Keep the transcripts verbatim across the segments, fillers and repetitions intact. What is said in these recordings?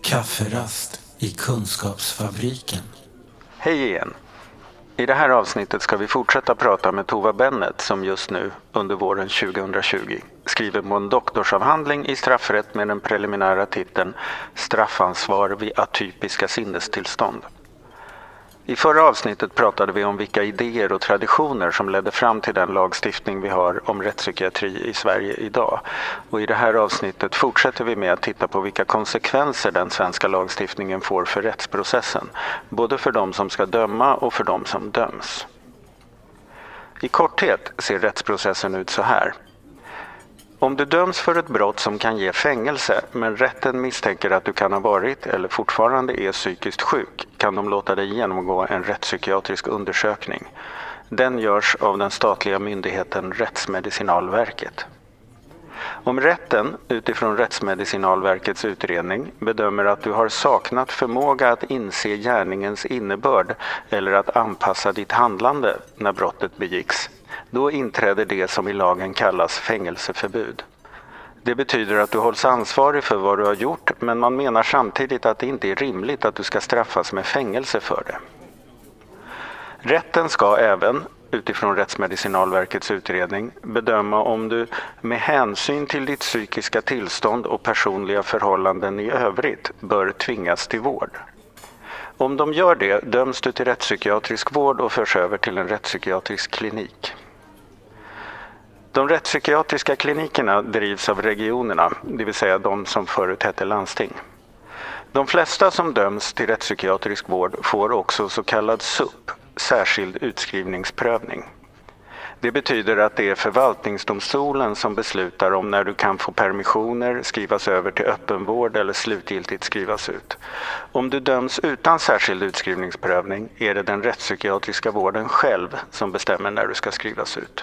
Kafferast i Kunskapsfabriken. Hej igen. I det här avsnittet ska vi fortsätta prata med Tova Bennett som just nu, under våren tjugohundratjugo, skriver på en doktorsavhandling i straffrätt med den preliminära titeln Straffansvar vid atypiska sinnestillstånd. I förra avsnittet pratade vi om vilka idéer och traditioner som ledde fram till den lagstiftning vi har om rättspsykiatri i Sverige idag. Och i det här avsnittet fortsätter vi med att titta på vilka konsekvenser den svenska lagstiftningen får för rättsprocessen. Både för de som ska döma och för de som döms. I korthet ser rättsprocessen ut så här. Om du döms för ett brott som kan ge fängelse, men rätten misstänker att du kan ha varit eller fortfarande är psykiskt sjuk, kan de låta dig genomgå en rättspsykiatrisk undersökning. Den görs av den statliga myndigheten Rättsmedicinalverket. Om rätten, utifrån Rättsmedicinalverkets utredning, bedömer att du har saknat förmåga att inse gärningens innebörd eller att anpassa ditt handlande när brottet begicks, då inträder det som i lagen kallas fängelseförbud. Det betyder att du hålls ansvarig för vad du har gjort, men man menar samtidigt att det inte är rimligt att du ska straffas med fängelse för det. Rätten ska även, utifrån Rättsmedicinalverkets utredning, bedöma om du med hänsyn till ditt psykiska tillstånd och personliga förhållanden i övrigt bör tvingas till vård. Om de gör det döms du till rättspsykiatrisk vård och förs över till en rättspsykiatrisk klinik. De rättspsykiatriska klinikerna drivs av regionerna, det vill säga de som förut hette landsting. De flesta som döms till rättspsykiatrisk vård får också så kallad S U P, särskild utskrivningsprövning. Det betyder att det är förvaltningsdomstolen som beslutar om när du kan få permissioner, skrivas över till öppenvård eller slutgiltigt skrivas ut. Om du döms utan särskild utskrivningsprövning är det den rättspsykiatriska vården själv som bestämmer när du ska skrivas ut.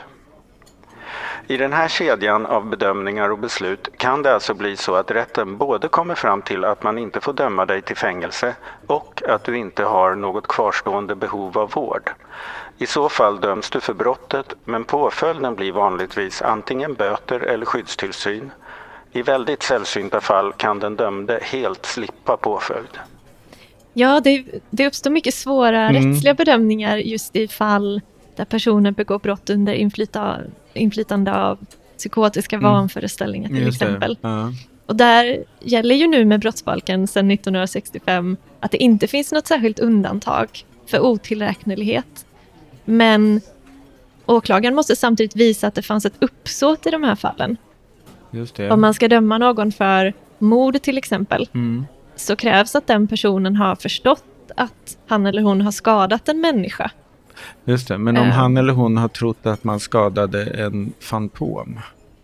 I den här kedjan av bedömningar och beslut kan det alltså bli så att rätten både kommer fram till att man inte får döma dig till fängelse och att du inte har något kvarstående behov av vård. I så fall döms du för brottet, men påföljden blir vanligtvis antingen böter eller skyddstillsyn. I väldigt sällsynta fall kan den dömde helt slippa påföljd. Ja, det, det uppstår mycket svåra mm. rättsliga bedömningar just i fall där personer begår brott under inflyta, inflytande av psykotiska mm. vanföreställningar till just exempel. Ja. Och där gäller ju nu med brottsbalken sedan nittonhundrasextiofem att det inte finns något särskilt undantag för otillräknelighet. Men åklagaren måste samtidigt visa att det fanns ett uppsåt i de här fallen. Just det. Om man ska döma någon för mord till exempel mm. så krävs att den personen har förstått att han eller hon har skadat en människa. Just det, men om uh. han eller hon har trott att man skadade en fantom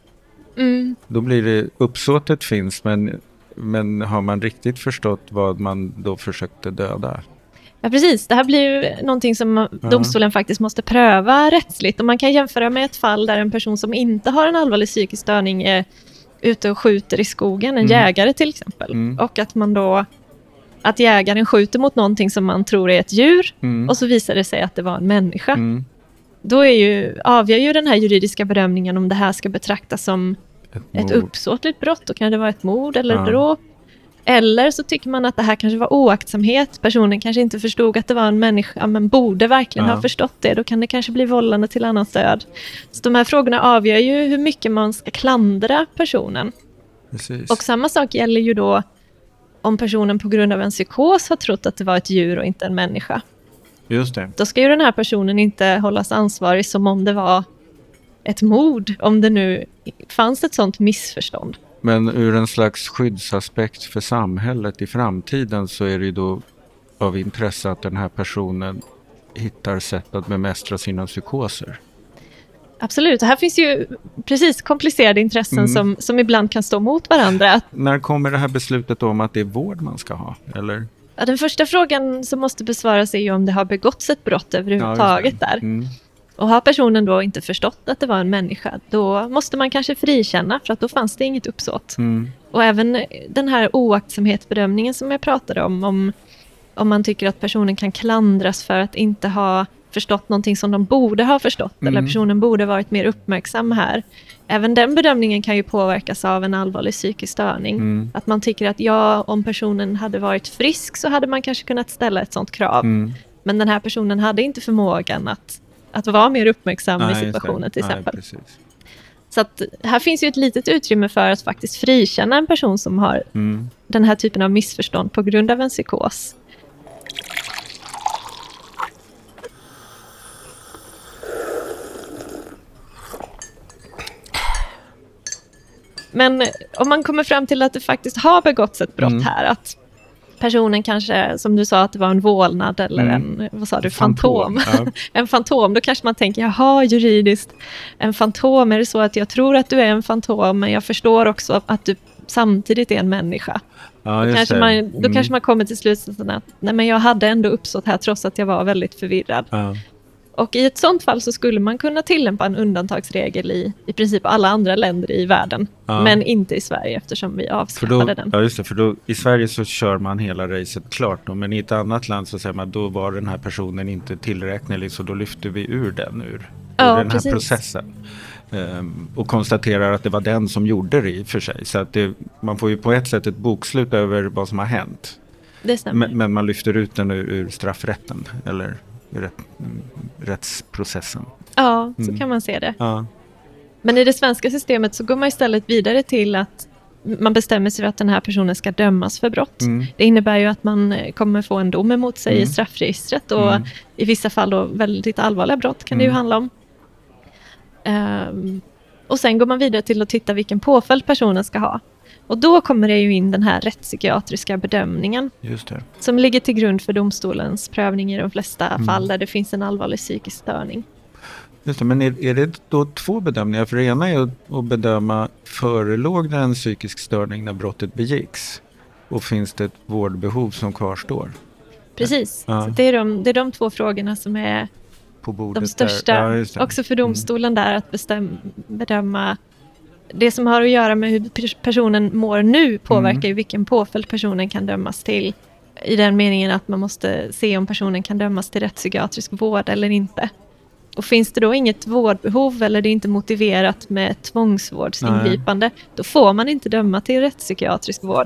mm. då blir det, uppsåtet finns, men, men har man riktigt förstått vad man då försökte döda? Ja, precis. Det här blir ju någonting som uh. domstolen faktiskt måste pröva rättsligt. Och man kan jämföra med ett fall där en person som inte har en allvarlig psykisk störning är ute och skjuter i skogen, en mm. jägare till exempel. Mm. Och att man då att jägaren skjuter mot någonting som man tror är ett djur mm. och så visar det sig att det var en människa. Mm. Då är ju, avgör ju den här juridiska bedömningen om det här ska betraktas som ett, ett uppsåtligt brott. Då kan det vara ett mord eller ja. dråp. Eller så tycker man att det här kanske var oaktsamhet. Personen kanske inte förstod att det var en människa men borde verkligen ja. ha förstått det. Då kan det kanske bli vållande till annan död. Så de här frågorna avgör ju hur mycket man ska klandra personen. Precis. Och samma sak gäller ju då om personen på grund av en psykos har trott att det var ett djur och inte en människa. Just det. Då ska ju den här personen inte hållas ansvarig som om det var ett mord. Om det nu fanns ett sånt missförstånd. Men ur en slags skyddsaspekt för samhället i framtiden så är det ju då av intresse att den här personen hittar sätt att bemästra sina psykoser. Absolut, det här finns ju precis komplicerade intressen mm. som, som ibland kan stå mot varandra. När kommer det här beslutet om att det är vård man ska ha? Eller? Ja, den första frågan som måste besvaras är ju om det har begåtts ett brott överhuvudtaget ja, där. Mm. Och har personen då inte förstått att det var en människa, då måste man kanske frikänna för att då fanns det inget uppsåt. Mm. Och även den här oaktsamhetsbedömningen som jag pratade om, om, om man tycker att personen kan klandras för att inte ha förstått någonting som de borde ha förstått. Mm. Eller personen borde varit mer uppmärksam här. Även den bedömningen kan ju påverkas av en allvarlig psykisk störning. Mm. Att man tycker att ja, om personen hade varit frisk så hade man kanske kunnat ställa ett sånt krav. Mm. Men den här personen hade inte förmågan att, att vara mer uppmärksam Nej, i situationen till exempel. Nej, så att här finns ju ett litet utrymme för att faktiskt frikänna en person som har mm. den här typen av missförstånd på grund av en psykos. Men om man kommer fram till att det faktiskt har begåtts ett brott mm. här, att personen kanske, som du sa, att det var en vålnad eller mm. en, vad sa du, fantom. fantom. Ja. en fantom, då kanske man tänker, jaha, juridiskt, en fantom, är det så att jag tror att du är en fantom, men jag förstår också att du samtidigt är en människa. Ja, då kanske, man, då mm. kanske man kommer till slutsatsen att nej, men jag hade ändå uppsåt här trots att jag var väldigt förvirrad. Ja. Och i ett sånt fall så skulle man kunna tillämpa en undantagsregel i i princip alla andra länder i världen. Ja. Men inte i Sverige eftersom vi avskaffade då, den. Ja just det, för då, i Sverige så kör man hela racet klart då, men i ett annat land så säger man då var den här personen inte tillräknelig, så då lyfter vi ur den ur, ur ja, den här precis. processen. Um, och konstaterar att det var den som gjorde det i för sig. Så att det, man får ju på ett sätt ett bokslut över vad som har hänt. Det stämmer. Men, men man lyfter ut den ur, ur straffrätten eller rätt, rättsprocessen. Ja, så mm. kan man se det. Ja. Men i det svenska systemet så går man istället vidare till att man bestämmer sig för att den här personen ska dömas för brott. Mm. Det innebär ju att man kommer få en dom emot sig mm. i straffregistret och mm. i vissa fall då väldigt allvarliga brott kan mm. det ju handla om. Um, och sen går man vidare till att titta vilken påföljd personen ska ha. Och då kommer det ju in den här rättspsykiatriska bedömningen. Just det. Som ligger till grund för domstolens prövning i de flesta mm. fall där det finns en allvarlig psykisk störning. Just det, men är, är det då två bedömningar? För det ena är att bedöma, förelåg det en psykisk störning när brottet begicks? Och finns det ett vårdbehov som kvarstår? Precis, ja. Så det, är de, det är de två frågorna som är på bordet de största. Ja, också för domstolen mm. där att bestäm, bedöma det som har att göra med hur personen mår nu påverkar mm. ju vilken påföljd personen kan dömas till. I den meningen att man måste se om personen kan dömas till rättspsykiatrisk vård eller inte. Och finns det då inget vårdbehov eller det är inte motiverat med tvångsvårdsingripande, Nej. Då får man inte döma till rättspsykiatrisk vård.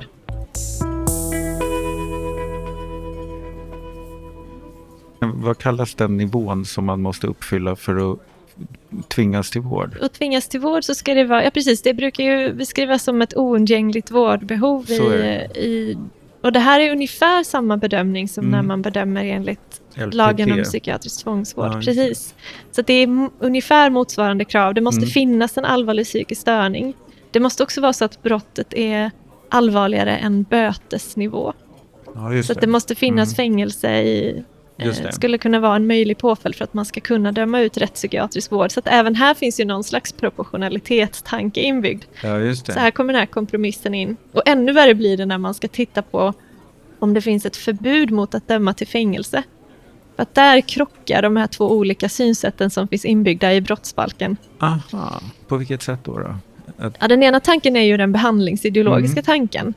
Vad kallas den nivån som man måste uppfylla för att tvingas till vård? Och tvingas till vård så ska det vara, ja precis, det brukar ju beskrivas som ett oundgängligt vårdbehov. I, i, och det här är ungefär samma bedömning som mm. när man bedömer enligt L P T. Lagen om psykiatrisk tvångsvård. Ja, precis. Så det är m- ungefär motsvarande krav. Det måste mm. finnas en allvarlig psykisk störning. Det måste också vara så att brottet är allvarligare än bötesnivå. Ja, så att det måste finnas mm. fängelse i Eh, skulle kunna vara en möjlig påföljd för att man ska kunna döma ut rättspsykiatrisk vård. Så att även här finns ju någon slags proportionalitetstanke inbyggd. Ja, just det. Så här kommer den här kompromissen in. Och ännu värre blir det när man ska titta på om det finns ett förbud mot att döma till fängelse. För att där krockar de här två olika synsätten som finns inbyggda i brottsbalken. Aha, på vilket sätt då? då? Att... Ja, den ena tanken är ju den behandlingsideologiska mm. tanken.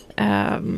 Um,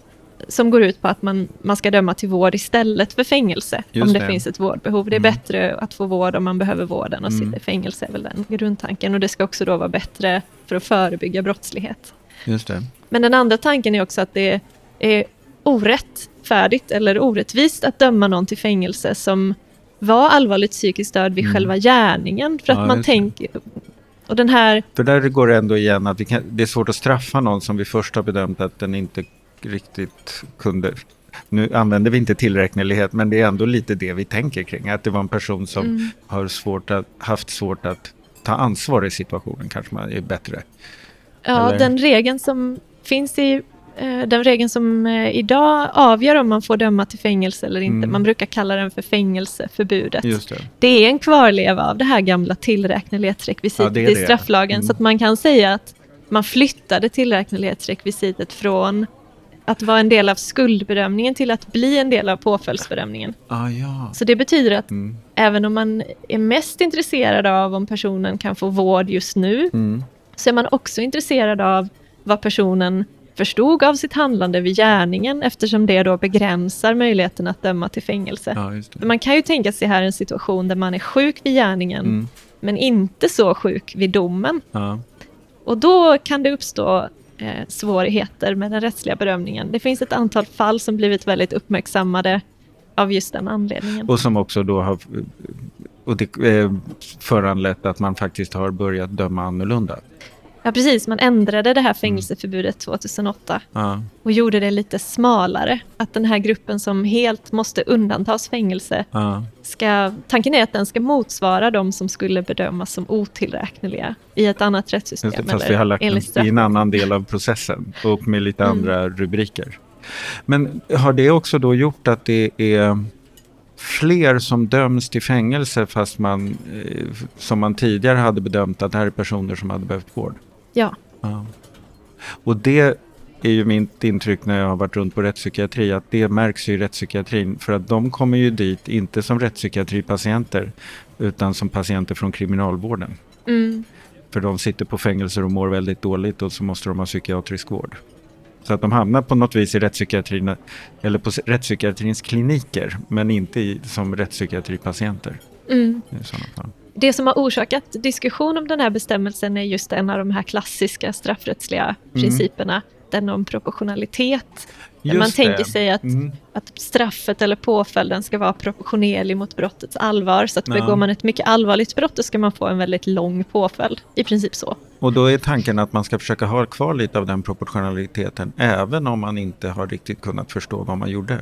som går ut på att man, man ska döma till vård istället för fängelse. Just om det, det finns ett vårdbehov. Det är mm. bättre att få vård om man behöver vården och mm. sitta i fängelse är väl den grundtanken. Och det ska också då vara bättre för att förebygga brottslighet. Just det. Men den andra tanken är också att det är orättfärdigt eller orättvist att döma någon till fängelse som var allvarligt psykiskt störd vid mm. själva gärningen. För att ja, man tänker... Och den här... För där går det ändå igen att vi kan, det är svårt att straffa någon som vi först har bedömt att den inte riktigt kunde. Nu använder vi inte tillräknelighet, men det är ändå lite det vi tänker kring. Att det var en person som mm. har svårt att, haft svårt att ta ansvar i situationen, kanske man är bättre. Ja, eller? Den regeln som finns i eh, den regeln som eh, idag avgör om man får döma till fängelse eller inte. Mm. Man brukar kalla den för fängelseförbudet. Just det. Det är en kvarleva av det här gamla tillräknelighetsrekvisitet ja, i strafflagen. Mm. Så att man kan säga att man flyttade tillräknelighetsrekvisitet från att vara en del av skuldbedömningen till att bli en del av påföljdsbedömningen. Ah, ja. Så det betyder att mm. även om man är mest intresserad av om personen kan få vård just nu mm. så är man också intresserad av vad personen förstod av sitt handlande vid gärningen, eftersom det då begränsar möjligheten att döma till fängelse. Ja, just det. För man kan ju tänka sig här en situation där man är sjuk vid gärningen Mm. men inte så sjuk vid domen. Ja. Och då kan det uppstå eh, svårigheter med den rättsliga bedömningen. Det finns ett antal fall som blivit väldigt uppmärksammade av just den anledningen. Och som också då har och det, eh, föranlett att man faktiskt har börjat döma annorlunda. Ja, precis. Man ändrade det här fängelseförbudet tjugohundraåtta Ja. och gjorde det lite smalare. Att den här gruppen som helt måste undantas fängelse, Ja. ska, tanken är att den ska motsvara de som skulle bedömas som otillräkneliga i ett annat rättssystem. Just det, fast eller vi har lagt enligt den i en annan del av processen och med lite Mm. andra rubriker. Men har det också då gjort att det är fler som döms till fängelse fast man, eh, som man tidigare hade bedömt att det här är personer som hade behövt vård? Ja. Ja. Och det är ju mitt intryck när jag har varit runt på rättspsykiatri, att det märks ju i rättspsykiatrin, för att de kommer ju dit inte som rättspsykiatripatienter utan som patienter från kriminalvården. Mm. För de sitter på fängelser och mår väldigt dåligt och så måste de ha psykiatrisk vård. Så att de hamnar på något vis i rättspsykiatrin eller på rättspsykiatrins kliniker, men inte i, som rättspsykiatripatienter. Mm. I sådana fall. Det som har orsakat diskussion om den här bestämmelsen är just en av de här klassiska straffrättsliga principerna, den om proportionalitet. Där man Just tänker det. sig att, Mm. att straffet eller påföljden ska vara proportionerlig mot brottets allvar. Så att Ja. begår man ett mycket allvarligt brott, då ska man få en väldigt lång påföljd. I princip så. Och då är tanken att man ska försöka ha kvar lite av den proportionaliteten även om man inte har riktigt kunnat förstå vad man gjorde.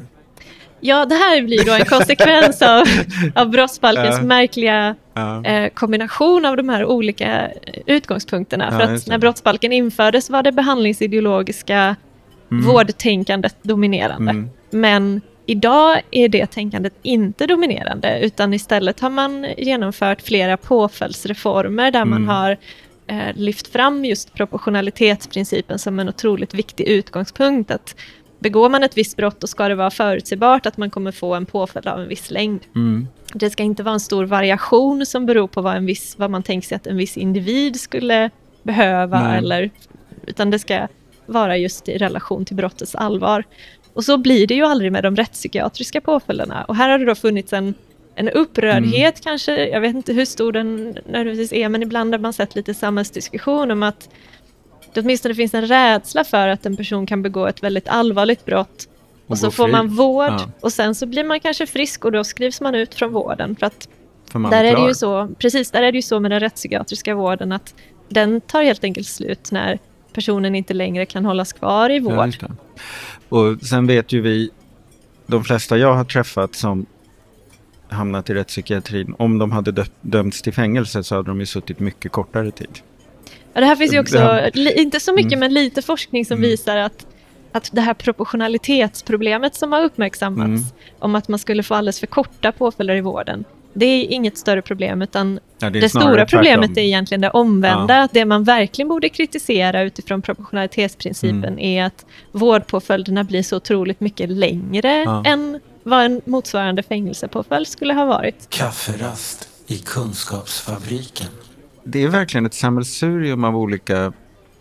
Ja, det här blir då en konsekvens av, av brottsbalkens Ja. märkliga Ja. eh, kombination av de här olika eh, utgångspunkterna. Ja, För just att det. när brottsbalken infördes var det behandlingsideologiska Mm. vårdtänkandet dominerande. Mm. Men idag är det tänkandet inte dominerande, utan istället har man genomfört flera påföljdsreformer där man Mm. har eh, lyft fram just proportionalitetsprincipen som en otroligt viktig utgångspunkt. Att begår man ett visst brott, då ska det vara förutsägbart att man kommer få en påföljd av en viss längd. Mm. Det ska inte vara en stor variation som beror på vad, en viss, vad man tänker sig att en viss individ skulle behöva, Nej. eller, utan det ska vara just i relation till brottets allvar. Och så blir det ju aldrig med de rättspsykiatriska påföljderna. Och här har det då funnits en, en upprördhet Mm. kanske, jag vet inte hur stor den nödvändigtvis är, men ibland har man sett lite samhällsdiskussion om att det åtminstone finns en rädsla för att en person kan begå ett väldigt allvarligt brott. Och, Och så gå får fri. man vård Ja. och sen så blir man kanske frisk och då skrivs man ut från vården. För att För man där är det klar. ju så, precis, där är det ju så med den rättspsykiatriska vården att den tar helt enkelt slut när personen inte längre kan hållas kvar i Ja, vård. just det. Och sen vet ju vi, de flesta jag har träffat som hamnat i rättspsykiatrin, om de hade dö- dömts till fängelse så hade de ju suttit mycket kortare tid. Ja, det här finns ju också, Ja. li, inte så mycket Mm. men lite forskning som Mm. visar att, att det här proportionalitetsproblemet som har uppmärksammats Mm. om att man skulle få alldeles för korta påföljder i vården, det är inget större problem, utan Ja, det, snarare stora problemet tvärtom. är egentligen det omvända. Ja. Att det man verkligen borde kritisera utifrån proportionalitetsprincipen Mm. är att vårdpåföljderna blir så otroligt mycket längre Ja. än vad en motsvarande fängelsepåföljd skulle ha varit. Kafferast i Kunskapsfabriken. Det är verkligen ett sammelsurium av olika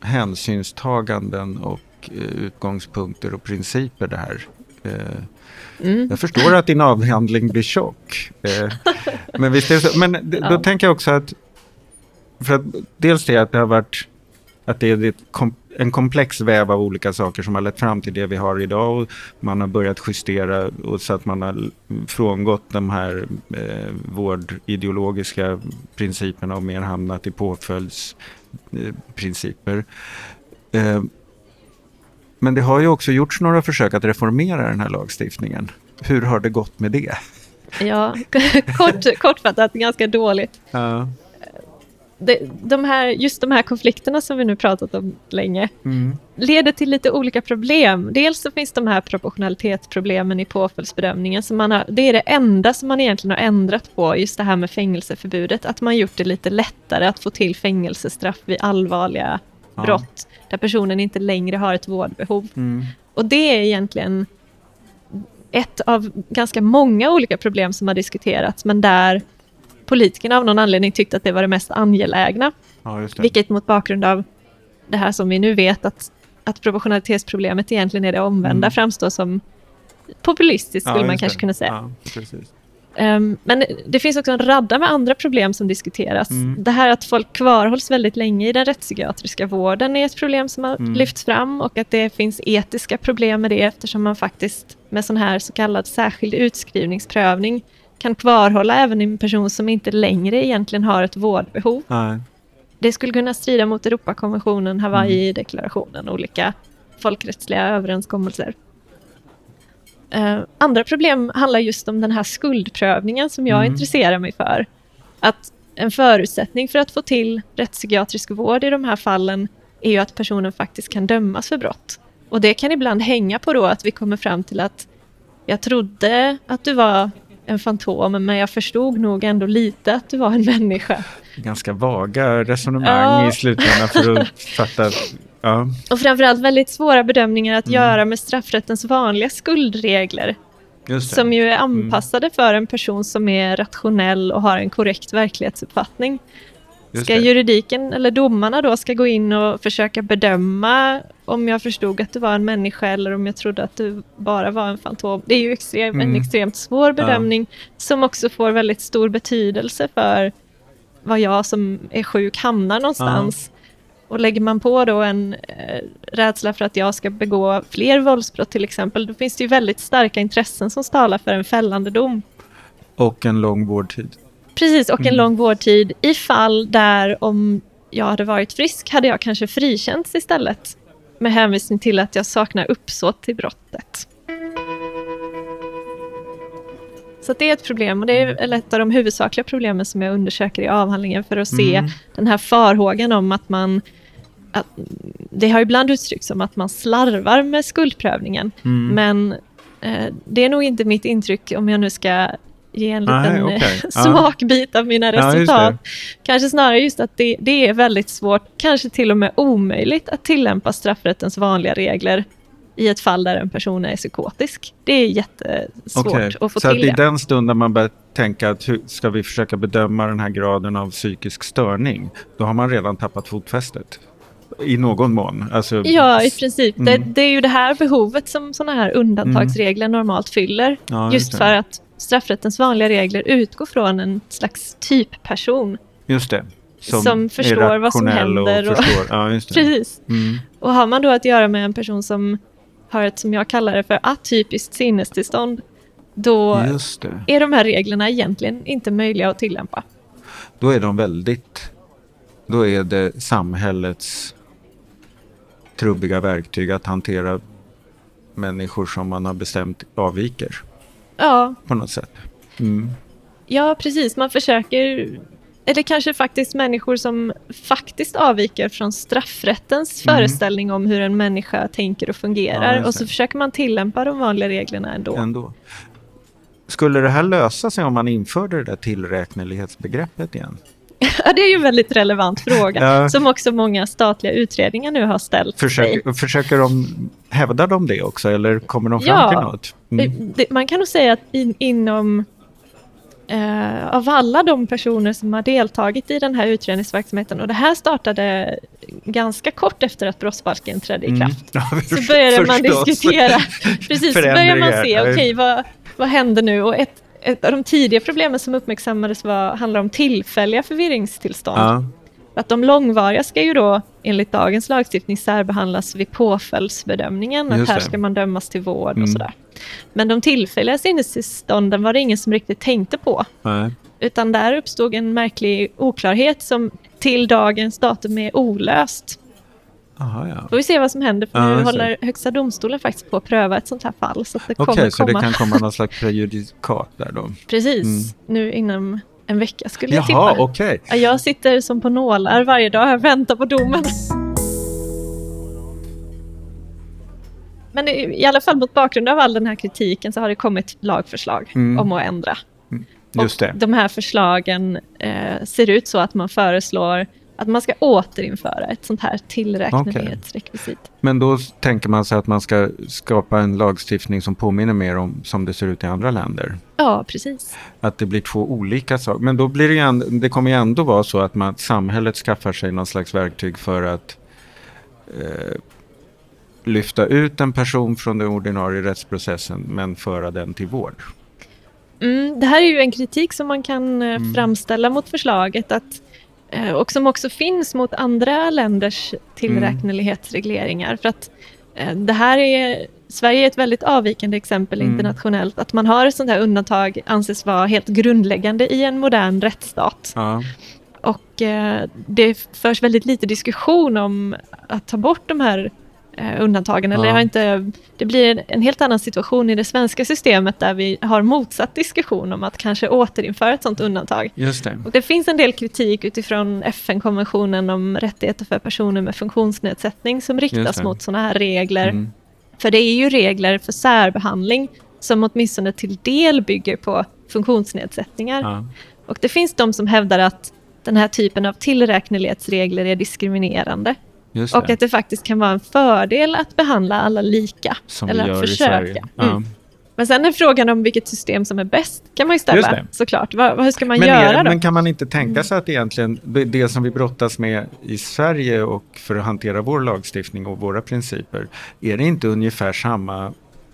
hänsynstaganden och eh, utgångspunkter och principer det här. Eh, Mm. Jag förstår att din avhandling blir tjock. Eh, men visst är det så. Men d- då Ja. tänker jag också att, för att dels det att det har varit, att det är ett kom, en komplex väv av olika saker som har lett fram till det vi har idag, och man har börjat justera och så att man har frångått de här eh, vårdideologiska principerna och mer hamnat i påföljdsprinciper. Eh, Men det har ju också gjorts några försök att reformera den här lagstiftningen. Hur har det gått med det? Ja, kort, kortfattat ganska dåligt. Ja. Det, de här, just de här konflikterna som vi nu pratat om länge Mm. leder till lite olika problem. Dels så finns de här proportionalitetsproblemen i påföljdsbedömningen. Som man har, det är det enda som man egentligen har ändrat på, just det här med fängelseförbudet. Att man gjort det lite lättare att få till fängelsestraff vid allvarliga Ja. brott. Där personen inte längre har ett vårdbehov. Mm. Och det är egentligen ett av ganska många olika problem som har diskuterats. Men där politikerna av någon anledning tyckte att det var det mest angelägna. Ja, just det. Vilket mot bakgrund av det här som vi nu vet att att proportionalitetsproblemet egentligen är det omvända mm. framstår som populistiskt skulle ja, man kanske det. kunna säga. Ja, precis. Um, men det finns också en radda med andra problem som diskuteras. Mm. Det här att folk kvarhålls väldigt länge i den rättspsykiatriska vården är ett problem som har mm. lyfts fram, och att det finns etiska problem med det eftersom man faktiskt med sån här så kallad särskild utskrivningsprövning kan kvarhålla även en person som inte längre egentligen har ett vårdbehov. Nej. Det skulle kunna strida mot Europakonventionen, Hawaii-deklarationen och olika folkrättsliga överenskommelser. Uh, andra problem handlar just om den här skuldprövningen som jag mm. intresserar mig för. Att en förutsättning för att få till rättspsykiatrisk vård i de här fallen är ju att personen faktiskt kan dömas för brott. Och det kan ibland hänga på då att vi kommer fram till att jag trodde att du var en fantom, men jag förstod nog ändå lite att du var en människa. Ganska vaga resonemang ja. i slutändan för att fatta... Ja. Och framförallt väldigt svåra bedömningar att mm. göra med straffrättens vanliga skuldregler. Som ju är anpassade mm. för en person som är rationell och har en korrekt verklighetsuppfattning. Just ska det. Juridiken eller domarna då ska gå in och försöka bedöma om jag förstod att du var en människa eller om jag trodde att du bara var en fantom. Det är ju extrem, mm. en extremt svår bedömning ja. som också får väldigt stor betydelse för vad jag som är sjuk hamnar någonstans. Ja. Och lägger man på då en eh, rädsla för att jag ska begå fler våldsbrott till exempel, då finns det ju väldigt starka intressen som talar för en fällande dom. Och en lång vårdtid. Precis, och en mm. lång vårdtid i fall där om jag hade varit frisk hade jag kanske frikänts istället. Med hänvisning till att jag saknar uppsåt till brottet. Så det är ett problem, och det är ett av de huvudsakliga problemen som jag undersöker i avhandlingen för att se mm. den här farhågan om att man, att, det har ibland uttryckts som att man slarvar med skuldprövningen, mm. men eh, det är nog inte mitt intryck om jag nu ska ge en liten Nej, okay. smakbit av mina resultat. Ja, kanske snarare just att det, det är väldigt svårt, kanske till och med omöjligt att tillämpa straffrättens vanliga regler i ett fall där en person är psykotisk. Det är jättesvårt okay. att få så till att det. I den stunden man börjar tänka att hur ska vi försöka bedöma den här graden av psykisk störning, då har man redan tappat fotfästet. I någon mån. Alltså, ja, i princip. Mm. Det, det är ju det här behovet som sådana här undantagsregler mm. normalt fyller. Ja, just för att straffrättens vanliga regler utgår från en slags typperson. Just det. Som, som förstår vad som händer. Och förstår. Ja, just det. Precis. Mm. Och har man då att göra med en person som har ett, som jag kallar det för, atypiskt sinnestillstånd, då just det. är de här reglerna egentligen inte möjliga att tillämpa. Då är de väldigt, då är det samhällets trubbiga verktyg att hantera människor som man har bestämt avviker. Ja. På något sätt. Mm. Ja, precis. Man försöker... Eller kanske faktiskt människor som faktiskt avviker från straffrättens mm. föreställning om hur en människa tänker och fungerar. Ja, och så försöker man tillämpa de vanliga reglerna ändå. ändå. Skulle det här lösa sig om man införde det där tillräknelighetsbegreppet igen? Ja, det är ju en väldigt relevant fråga. Ja. Som också många statliga utredningar nu har ställt Försöker, sig. Försöker de, hävdar de det också? Eller kommer de fram ja, till något? Mm. Det, man kan nog säga att in, inom... Uh, av alla de personer som har deltagit i den här utredningsverksamheten, och det här startade ganska kort efter att brottsbalken trädde i kraft, mm. ja, så började man diskutera precis, så började man se okej, okay, vad, vad händer nu? Och ett, ett av de tidiga problemen som uppmärksammades var, handlar om tillfälliga förvirringstillstånd. Ja. Att de långvariga ska ju då enligt dagens lagstiftning särbehandlas vid påföljdsbedömningen, att här ska man dömas till vård mm. och sådär. Men de tillfälliga sinnestillstånden var det ingen som riktigt tänkte på. Nej. Utan där uppstod en märklig oklarhet som till dagens datum är olöst. Aha, ja. Får vi se vad som händer, för ja, nu håller Högsta domstolen faktiskt på att pröva ett sånt här fall. Så det Okej, kommer så komma. det kan komma någon slags prejudikat där då? Precis, mm. nu inom en vecka skulle jag tippa. Jaha, okej. Okay. Jag sitter som på nålar varje dag och väntar på domen. Men i alla fall mot bakgrund av all den här kritiken så har det kommit lagförslag mm. om att ändra. Mm. Just det. Och de här förslagen eh, ser ut så att man föreslår att man ska återinföra ett sånt här tillräknelighetsrekvisit. Okay. Men då tänker man sig att man ska skapa en lagstiftning som påminner mer om som det ser ut i andra länder. Ja, precis. Att det blir två olika saker. Men då blir det ju ändå, det kommer ju ändå vara så att man, samhället skaffar sig någon slags verktyg för att eh, lyfta ut en person från den ordinarie rättsprocessen men föra den till vård. Mm, det här är ju en kritik som man kan eh, mm. framställa mot förslaget att, eh, och som också finns mot andra länders tillräknelighetsregleringar. Mm. För att eh, det här är, Sverige är ett väldigt avvikande exempel mm. internationellt. Att man har ett sånt här undantag anses vara helt grundläggande i en modern rättsstat. Ja. Och eh, det förs väldigt lite diskussion om att ta bort de här eh, undantagen. Eller ja. har inte, det blir en helt annan situation i det svenska systemet där vi har motsatt diskussion om att kanske återinföra ett sånt undantag. Just det. Och det finns en del kritik utifrån F N-konventionen om rättigheter för personer med funktionsnedsättning som riktas mot sådana här regler. Mm. För det är ju regler för särbehandling som åtminstone till del bygger på funktionsnedsättningar. Ja. Och det finns de som hävdar att den här typen av tillräknelighetsregler är diskriminerande. Just det. Och att det faktiskt kan vara en fördel att behandla alla lika. Som eller vi att gör försöka. i Sverige. Mm. Ja. Men sen är frågan om vilket system som är bäst kan man ju ställa, såklart. Vad, hur ska man men göra är, då? Men kan man inte tänka sig att egentligen det som vi brottas med i Sverige och för att hantera vår lagstiftning och våra principer, är det inte ungefär samma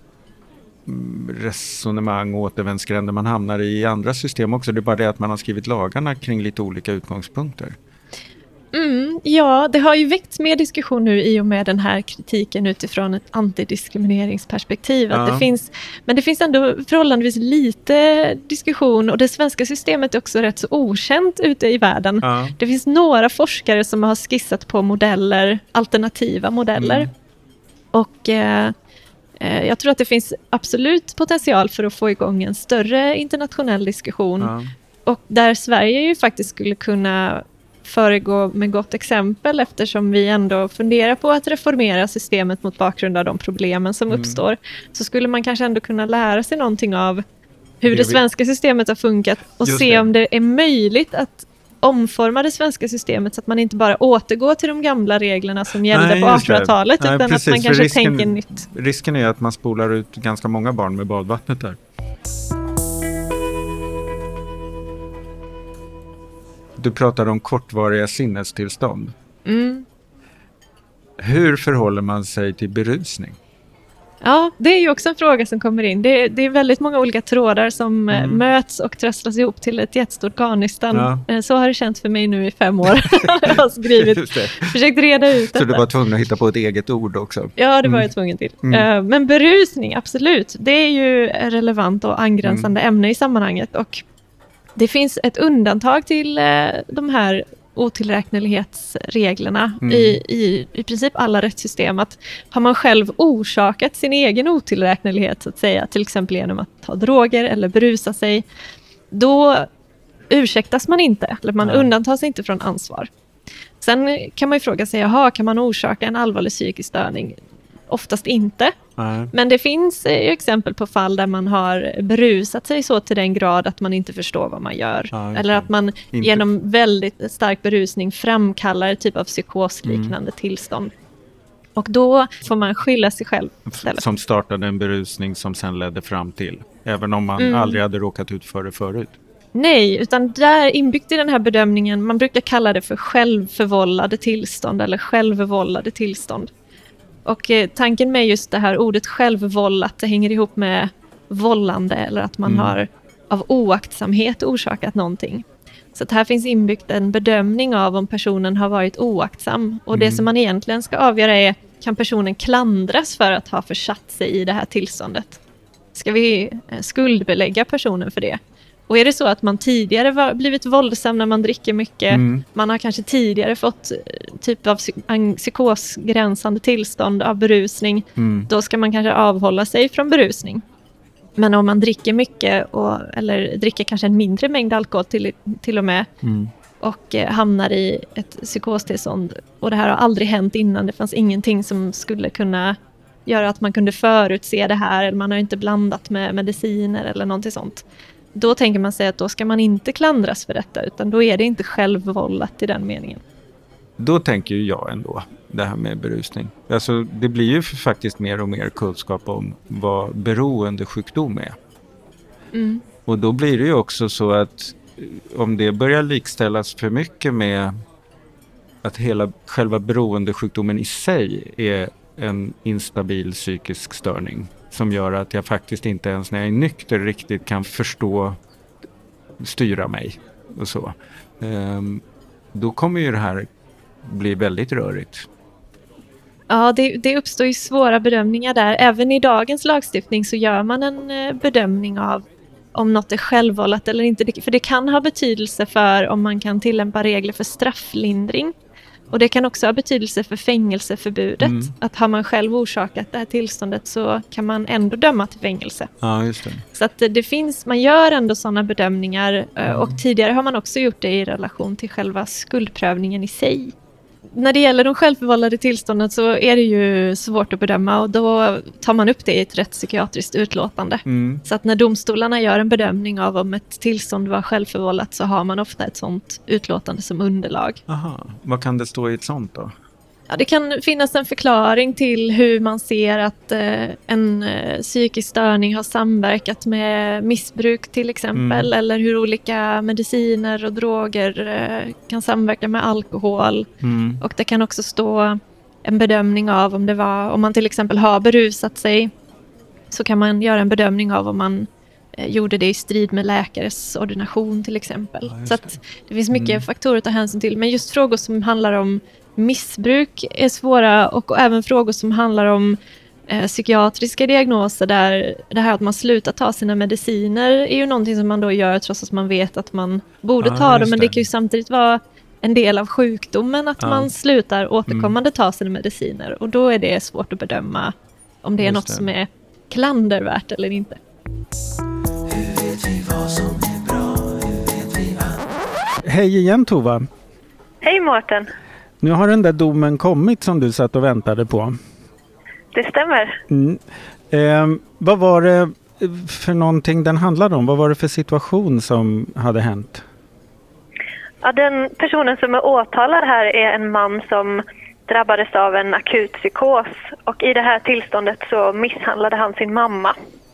resonemang och återvändsgränder man hamnar i andra system också? Det är bara det att man har skrivit lagarna kring lite olika utgångspunkter. Mm, ja, det har ju väckts mer diskussion nu i och med den här kritiken utifrån ett antidiskrimineringsperspektiv. Ja. Att det finns, men det finns ändå förhållandevis lite diskussion och det svenska systemet är också rätt så okänt ute i världen. Ja. Det finns några forskare som har skissat på modeller, alternativa modeller. Mm. Och eh, jag tror att det finns absolut potential för att få igång en större internationell diskussion. Ja. Och där Sverige ju faktiskt skulle kunna föregå med gott exempel eftersom vi ändå funderar på att reformera systemet mot bakgrund av de problemen som mm. uppstår. Så skulle man kanske ändå kunna lära sig någonting av hur det, det svenska systemet har funkat och se det. Om det är möjligt att omforma det svenska systemet så att man inte bara återgår till de gamla reglerna som gällde Nej, på artonhundratalet utan Nej, precis, att man kanske risken, tänker nytt. Risken är att man spolar ut ganska många barn med badvattnet där. Du pratar om kortvariga sinnestillstånd. Mm. Hur förhåller man sig till berusning? Ja, det är ju också en fråga som kommer in. Det är, det är väldigt många olika trådar som mm. möts och trasslas ihop till ett jättestort garnnystan. Ja. Så har det känts för mig nu i fem år. Jag har skrivit, försökt reda ut detta. Så du var tvungen att hitta på ett eget ord också? Ja, det var jag tvungen till. Mm. Men berusning, absolut. Det är ju relevant och angränsande mm. ämne i sammanhanget. Och det finns ett undantag till eh, de här otillräknelighetsreglerna mm. i, i, i princip alla rättssystem. Att har man själv orsakat sin egen otillräknelighet så att säga, till exempel genom att ta droger eller berusa sig, då ursäktas man inte, eller man mm. undantas inte från ansvar. Sen kan man ju fråga sig, jaha, kan man orsaka en allvarlig psykisk störning? Oftast inte. Nej. Men det finns eh, exempel på fall där man har berusat sig så till den grad att man inte förstår vad man gör. Ja, eller att man inte. Genom väldigt stark berusning framkallar ett typ av psykosliknande mm. tillstånd. Och då får man skylla sig själv istället. Som startade en berusning som sen ledde fram till. Även om man mm. aldrig hade råkat ut för det förut. Nej, utan där inbyggt i den här bedömningen, man brukar kalla det för självförvållade tillstånd eller självvållade tillstånd. Och eh, tanken med just det här ordet självvållat, det hänger ihop med vållande eller att man mm. har av oaktsamhet orsakat någonting. Så att här finns inbyggt en bedömning av om personen har varit oaktsam. Och mm. det som man egentligen ska avgöra är, kan personen klandras för att ha försatt sig i det här tillståndet? Ska vi eh, skuldbelägga personen för det? Och är det så att man tidigare var, blivit våldsam när man dricker mycket, mm. man har kanske tidigare fått typ av psykosgränsande tillstånd av berusning, mm. då ska man kanske avhålla sig från berusning. Men om man dricker mycket, och, eller dricker kanske en mindre mängd alkohol till, till och med, mm. och eh, hamnar i ett psykostillstånd, och det här har aldrig hänt innan, det fanns ingenting som skulle kunna göra att man kunde förutse det här, eller man har inte blandat med mediciner eller någonting sånt. Då tänker man sig att då ska man inte klandras för detta, utan då är det inte självvållat i den meningen. Då tänker ju jag ändå det här med berusning. Alltså det blir ju faktiskt mer och mer kunskap om vad beroendesjukdom är. Mm. Och då blir det ju också så att om det börjar likställas för mycket med att hela själva beroendesjukdomen i sig är en instabil psykisk störning som gör att jag faktiskt inte ens när jag är nykter riktigt kan förstå, styra mig och så. Ehm, då kommer ju det här bli väldigt rörigt. Ja, det, det uppstår ju svåra bedömningar där. Även i dagens lagstiftning så gör man en eh, bedömning av om något är självvållat eller inte. För det kan ha betydelse för om man kan tillämpa regler för strafflindring. Och det kan också ha betydelse för fängelseförbudet. Mm. Att har man själv orsakat det här tillståndet så kan man ändå döma till fängelse. Ja, just det. Så att det finns, man gör ändå sådana bedömningar. Mm. Och tidigare har man också gjort det i relation till själva skuldprövningen i sig. När det gäller de självförvållade tillstånden så är det ju svårt att bedöma och då tar man upp det i ett rättspsykiatriskt utlåtande. Mm. Så att när domstolarna gör en bedömning av om ett tillstånd var självförvållat så har man ofta ett sådant utlåtande som underlag. Aha. Vad kan det stå i ett sådant då? Ja, det kan finnas en förklaring till hur man ser att eh, en eh, psykisk störning har samverkat med missbruk till exempel. Mm. Eller hur olika mediciner och droger eh, kan samverka med alkohol. Mm. Och det kan också stå en bedömning av om det var, om man till exempel har berusat sig. Så kan man göra en bedömning av om man eh, gjorde det i strid med läkares ordination till exempel. Ja, så att det finns mycket mm. faktorer att ta hänsyn till. Men just frågor som handlar om missbruk är svåra och även frågor som handlar om eh, psykiatriska diagnoser där det här att man slutar ta sina mediciner är ju någonting som man då gör trots att man vet att man borde ah, ta dem, men det kan ju samtidigt vara en del av sjukdomen att ah. man slutar återkommande mm. ta sina mediciner och då är det svårt att bedöma om det är just något det. Som är klandervärt eller inte. Hur vet vi vad som är bra? Hur vet vi vad... Hej igen Tova. Hej Mårten. Nu har den där domen kommit som du satt och väntade på. Det stämmer. Mm. Eh, vad var det för någonting den handlade om? Vad var det för situation som hade hänt? Ja, den personen som är åtalad här är en man som drabbades av en akut psykos. Och i det här tillståndet så misshandlade han sin mamma.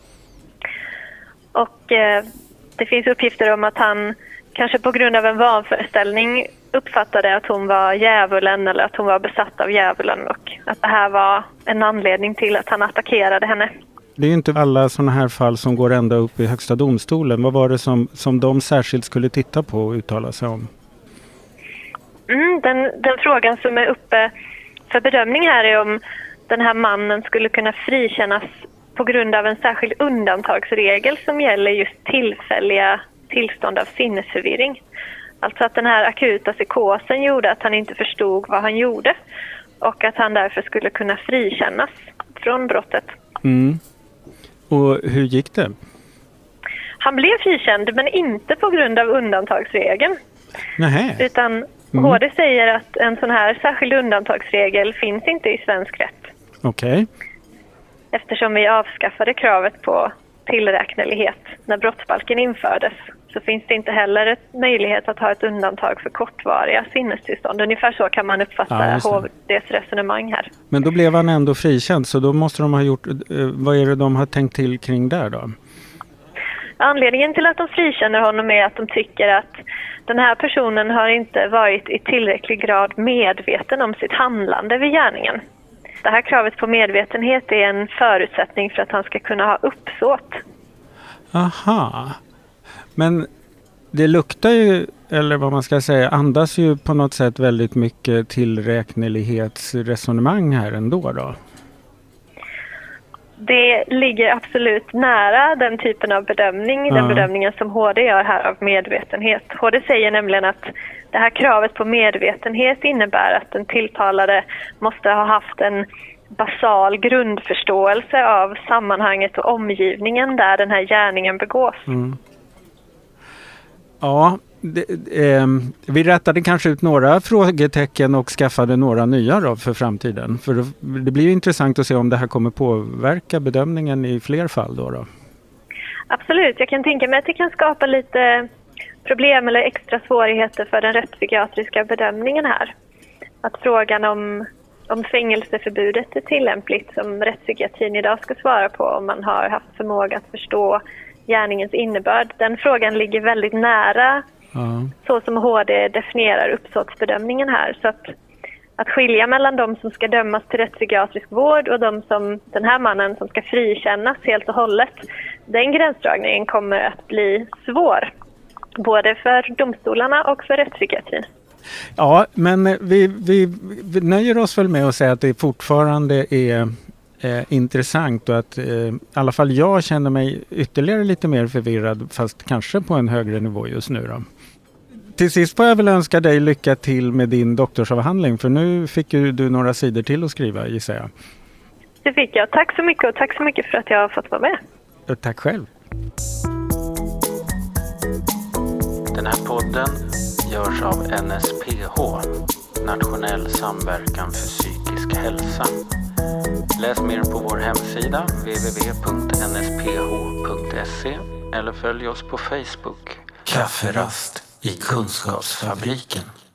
Och eh, det finns uppgifter om att han kanske på grund av en vanföreställning uppfattade att hon var djävulen eller att hon var besatt av djävulen och att det här var en anledning till att han attackerade henne. Det är ju inte alla sådana här fall som går ända upp i högsta domstolen. Vad var det som, som de särskilt skulle titta på och uttala sig om? Mm, den, den frågan som är uppe för bedömning här är om den här mannen skulle kunna frikännas på grund av en särskild undantagsregel som gäller just tillfälliga tillstånd av sinnesförvirring. Alltså att den här akuta psykosen gjorde att han inte förstod vad han gjorde och att han därför skulle kunna frikännas från brottet. Mm. Och hur gick det? Han blev frikänd men inte på grund av undantagsregeln. Nähä. Utan mm. H D säger att en sån här särskild undantagsregel finns inte i svensk rätt. Okej. Okay. Eftersom vi avskaffade kravet på tillräknelighet när brottsbalken infördes så finns det inte heller ett möjlighet att ha ett undantag för kortvariga sinnestillstånd. Ungefär så kan man uppfatta ja, H D:s resonemang här. Men då blev han ändå frikänd så då måste de ha gjort, vad är det de har tänkt till kring där då? Anledningen till att de frikänner honom är att de tycker att den här personen har inte varit i tillräcklig grad medveten om sitt handlande vid gärningen. Det här kravet på medvetenhet är en förutsättning för att han ska kunna ha uppsåt. Aha. Men det luktar ju, eller vad man ska säga, andas ju på något sätt väldigt mycket tillräknelighetsresonemang här ändå då. Det ligger absolut nära den typen av bedömning, ja. Den bedömningen som H D gör här av medvetenhet. H D säger nämligen att det här kravet på medvetenhet innebär att den tilltalade måste ha haft en basal grundförståelse av sammanhanget och omgivningen där den här gärningen begås. Mm. Ja, det, eh, vi rättade kanske ut några frågetecken och skaffade några nya då för framtiden. För det blir ju intressant att se om det här kommer påverka bedömningen i fler fall då då. Absolut, jag kan tänka mig att det kan skapa lite problem eller extra svårigheter för den rättspsykiatriska bedömningen här. Att frågan om, om fängelseförbudet är tillämpligt som rättspsykiatrin idag ska svara på om man har haft förmåga att förstå gärningens innebörd. Den frågan ligger väldigt nära ja. Så som H D definierar uppsåtsbedömningen här. Så att, att skilja mellan de som ska dömas till rättspsykiatrisk vård och de som, den här mannen som ska frikännas helt och hållet. Den gränsdragningen kommer att bli svår, både för domstolarna och för rättspsykiatrin. Ja, men vi, vi, vi nöjer oss väl med att säga att det fortfarande är eh, intressant och att eh, i alla fall jag känner mig ytterligare lite mer förvirrad, fast kanske på en högre nivå just nu då. Till sist får jag väl önska dig lycka till med din doktorsavhandling, för nu fick ju du några sidor till att skriva, gissar jag. Det fick jag. Tack så mycket och tack så mycket för att jag har fått vara med. Och tack själv. Den här podden görs av N S P H, Nationell samverkan för psykisk hälsa. Läs mer på vår hemsida w w w punkt n s p h punkt s e eller följ oss på Facebook. Kafferast i Kunskapsfabriken.